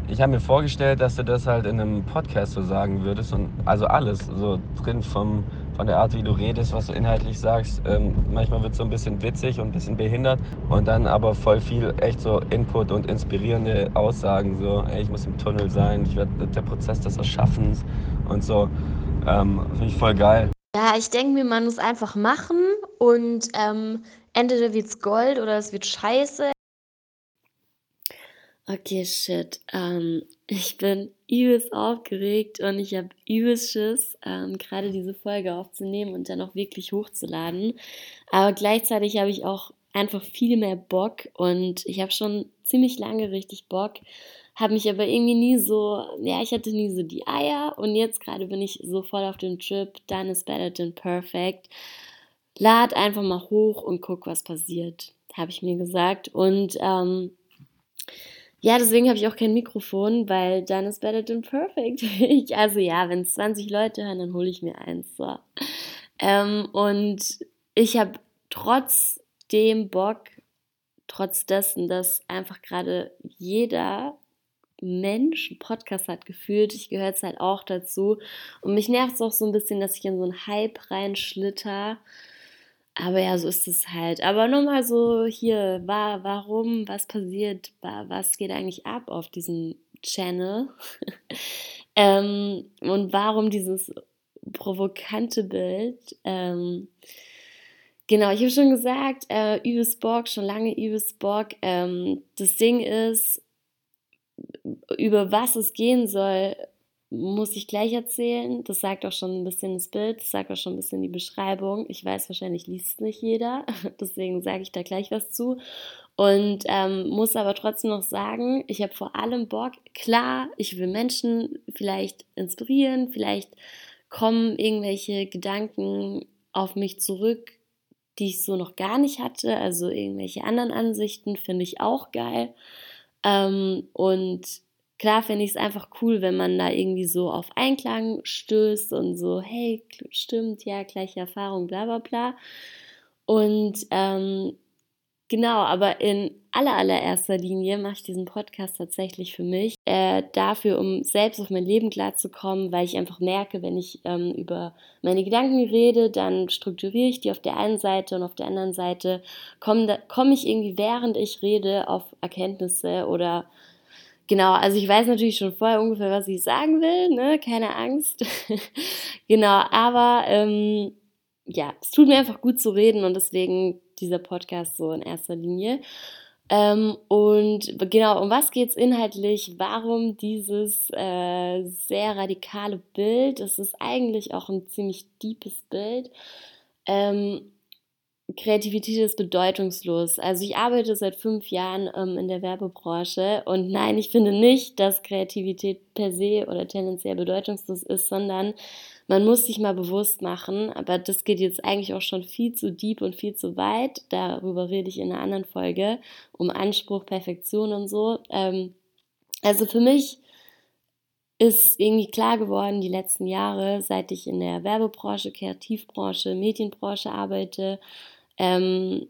ich habe mir vorgestellt, dass du das halt in einem Podcast so sagen würdest und also alles so drin von der Art, wie du redest, was du inhaltlich sagst. Manchmal wird es so ein bisschen witzig und ein bisschen behindert und dann aber voll viel echt so Input und inspirierende Aussagen, so, ey, ich muss im Tunnel sein, der Prozess des Erschaffens und so. Finde ich voll geil. Ja, ich denke mir, man muss einfach machen und entweder wird's Gold oder es wird scheiße. Okay, shit. Ich bin übelst aufgeregt und ich habe übelst Schiss, gerade diese Folge aufzunehmen und dann auch wirklich hochzuladen. Aber gleichzeitig habe ich auch einfach viel mehr Bock und ich habe schon ziemlich lange richtig Bock, habe mich aber irgendwie nie so, ja, ich hatte nie so die Eier und jetzt gerade bin ich so voll auf dem Trip, done is better than perfect. Lad einfach mal hoch und guck, was passiert, habe ich mir gesagt. Und ja, deswegen habe ich auch kein Mikrofon, weil done is better than perfect. Also ja, wenn 20 Leute hören, dann hole ich mir eins. So. Und ich habe trotzdem Bock, trotz dessen, dass einfach gerade jeder Mensch einen Podcast hat gefühlt. Ich gehöre jetzt halt auch dazu. Und mich nervt es auch so ein bisschen, dass ich in so einen Hype reinschlitter. Aber ja, so ist es halt. Aber nur mal so hier, warum, was passiert, was geht eigentlich ab auf diesem Channel? Und warum dieses provokante Bild? Genau, ich habe schon gesagt, übelst Bock, schon lange übelst Bock. Das Ding ist, über was es gehen soll, muss ich gleich erzählen. Das sagt auch schon ein bisschen das Bild, das sagt auch schon ein bisschen die Beschreibung. Ich weiß, wahrscheinlich liest es nicht jeder, deswegen sage ich da gleich was zu. Und muss aber trotzdem noch sagen, ich habe vor allem Bock, klar, ich will Menschen vielleicht inspirieren, vielleicht kommen irgendwelche Gedanken auf mich zurück, die ich so noch gar nicht hatte, also irgendwelche anderen Ansichten finde ich auch geil. Und klar finde ich es einfach cool, wenn man da irgendwie so auf Einklang stößt und so, hey, stimmt, ja, gleiche Erfahrung, bla bla bla. Und genau, aber in allererster Linie mache ich diesen Podcast tatsächlich für mich, dafür, um selbst auf mein Leben klarzukommen, weil ich einfach merke, wenn ich über meine Gedanken rede, dann strukturiere ich die auf der einen Seite und auf der anderen Seite komm ich irgendwie, während ich rede, auf Erkenntnisse oder genau, also ich weiß natürlich schon vorher ungefähr, was ich sagen will, ne? Keine Angst. Genau, aber ja, es tut mir einfach gut zu reden und deswegen dieser Podcast so in erster Linie. Und genau, um was geht es inhaltlich? Warum dieses sehr radikale Bild? Es ist eigentlich auch ein ziemlich deepes Bild. Ähm, Kreativität ist bedeutungslos. Also ich arbeite seit 5 Jahren in der Werbebranche und nein, ich finde nicht, dass Kreativität per se oder tendenziell bedeutungslos ist, sondern man muss sich mal bewusst machen, aber das geht jetzt eigentlich auch schon viel zu deep und viel zu weit. Darüber rede ich in einer anderen Folge, um Anspruch, Perfektion und so. Also für mich ist irgendwie klar geworden, die letzten Jahre, seit ich in der Werbebranche, Kreativbranche, Medienbranche arbeite, ähm,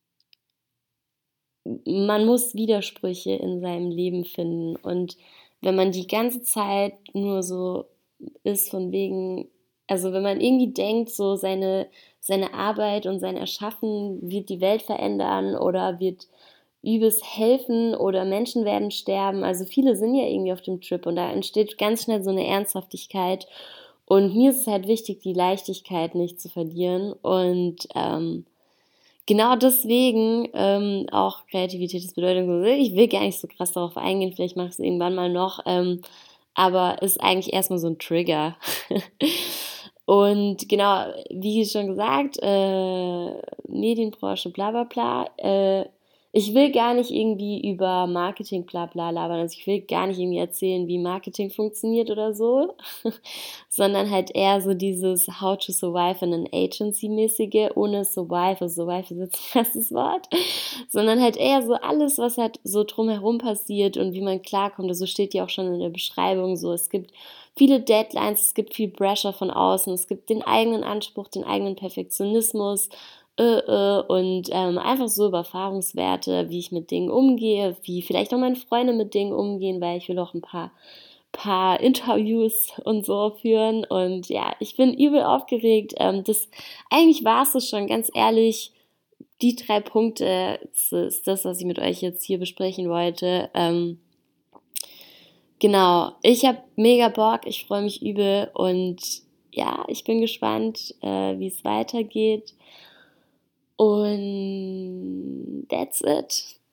man muss Widersprüche in seinem Leben finden. Und wenn man die ganze Zeit nur so ist von wegen, also wenn man irgendwie denkt, so seine Arbeit und sein Erschaffen wird die Welt verändern oder wird übelst helfen oder Menschen werden sterben. Also viele sind ja irgendwie auf dem Trip und da entsteht ganz schnell so eine Ernsthaftigkeit. Und mir ist es halt wichtig, die Leichtigkeit nicht zu verlieren. Und genau deswegen auch Kreativität ist bedeutungslos. Ich will gar nicht so krass darauf eingehen, vielleicht mache ich es irgendwann mal noch, aber ist eigentlich erstmal so ein Trigger. Und genau, wie schon gesagt, Medienbranche, bla bla bla. Ich will gar nicht irgendwie über Marketing bla bla labern. Also ich will gar nicht irgendwie erzählen, wie Marketing funktioniert oder so, sondern halt eher so dieses How to Survive in an Agency-mäßige, ohne Survive, also Survive ist jetzt ein erstes Wort, sondern halt eher so alles, was halt so drumherum passiert und wie man klarkommt. Also steht ja auch schon in der Beschreibung so, es gibt viele Deadlines, es gibt viel Pressure von außen, es gibt den eigenen Anspruch, den eigenen Perfektionismus, und einfach so über Erfahrungswerte, wie ich mit Dingen umgehe, wie vielleicht auch meine Freunde mit Dingen umgehen, weil ich will auch ein paar Interviews und so führen. Und ja, ich bin übel aufgeregt. Eigentlich war es schon, ganz ehrlich. Die 3 Punkte ist das, was ich mit euch jetzt hier besprechen wollte. Genau, ich habe mega Bock, ich freue mich übel und ja, ich bin gespannt, wie es weitergeht. Und that's it.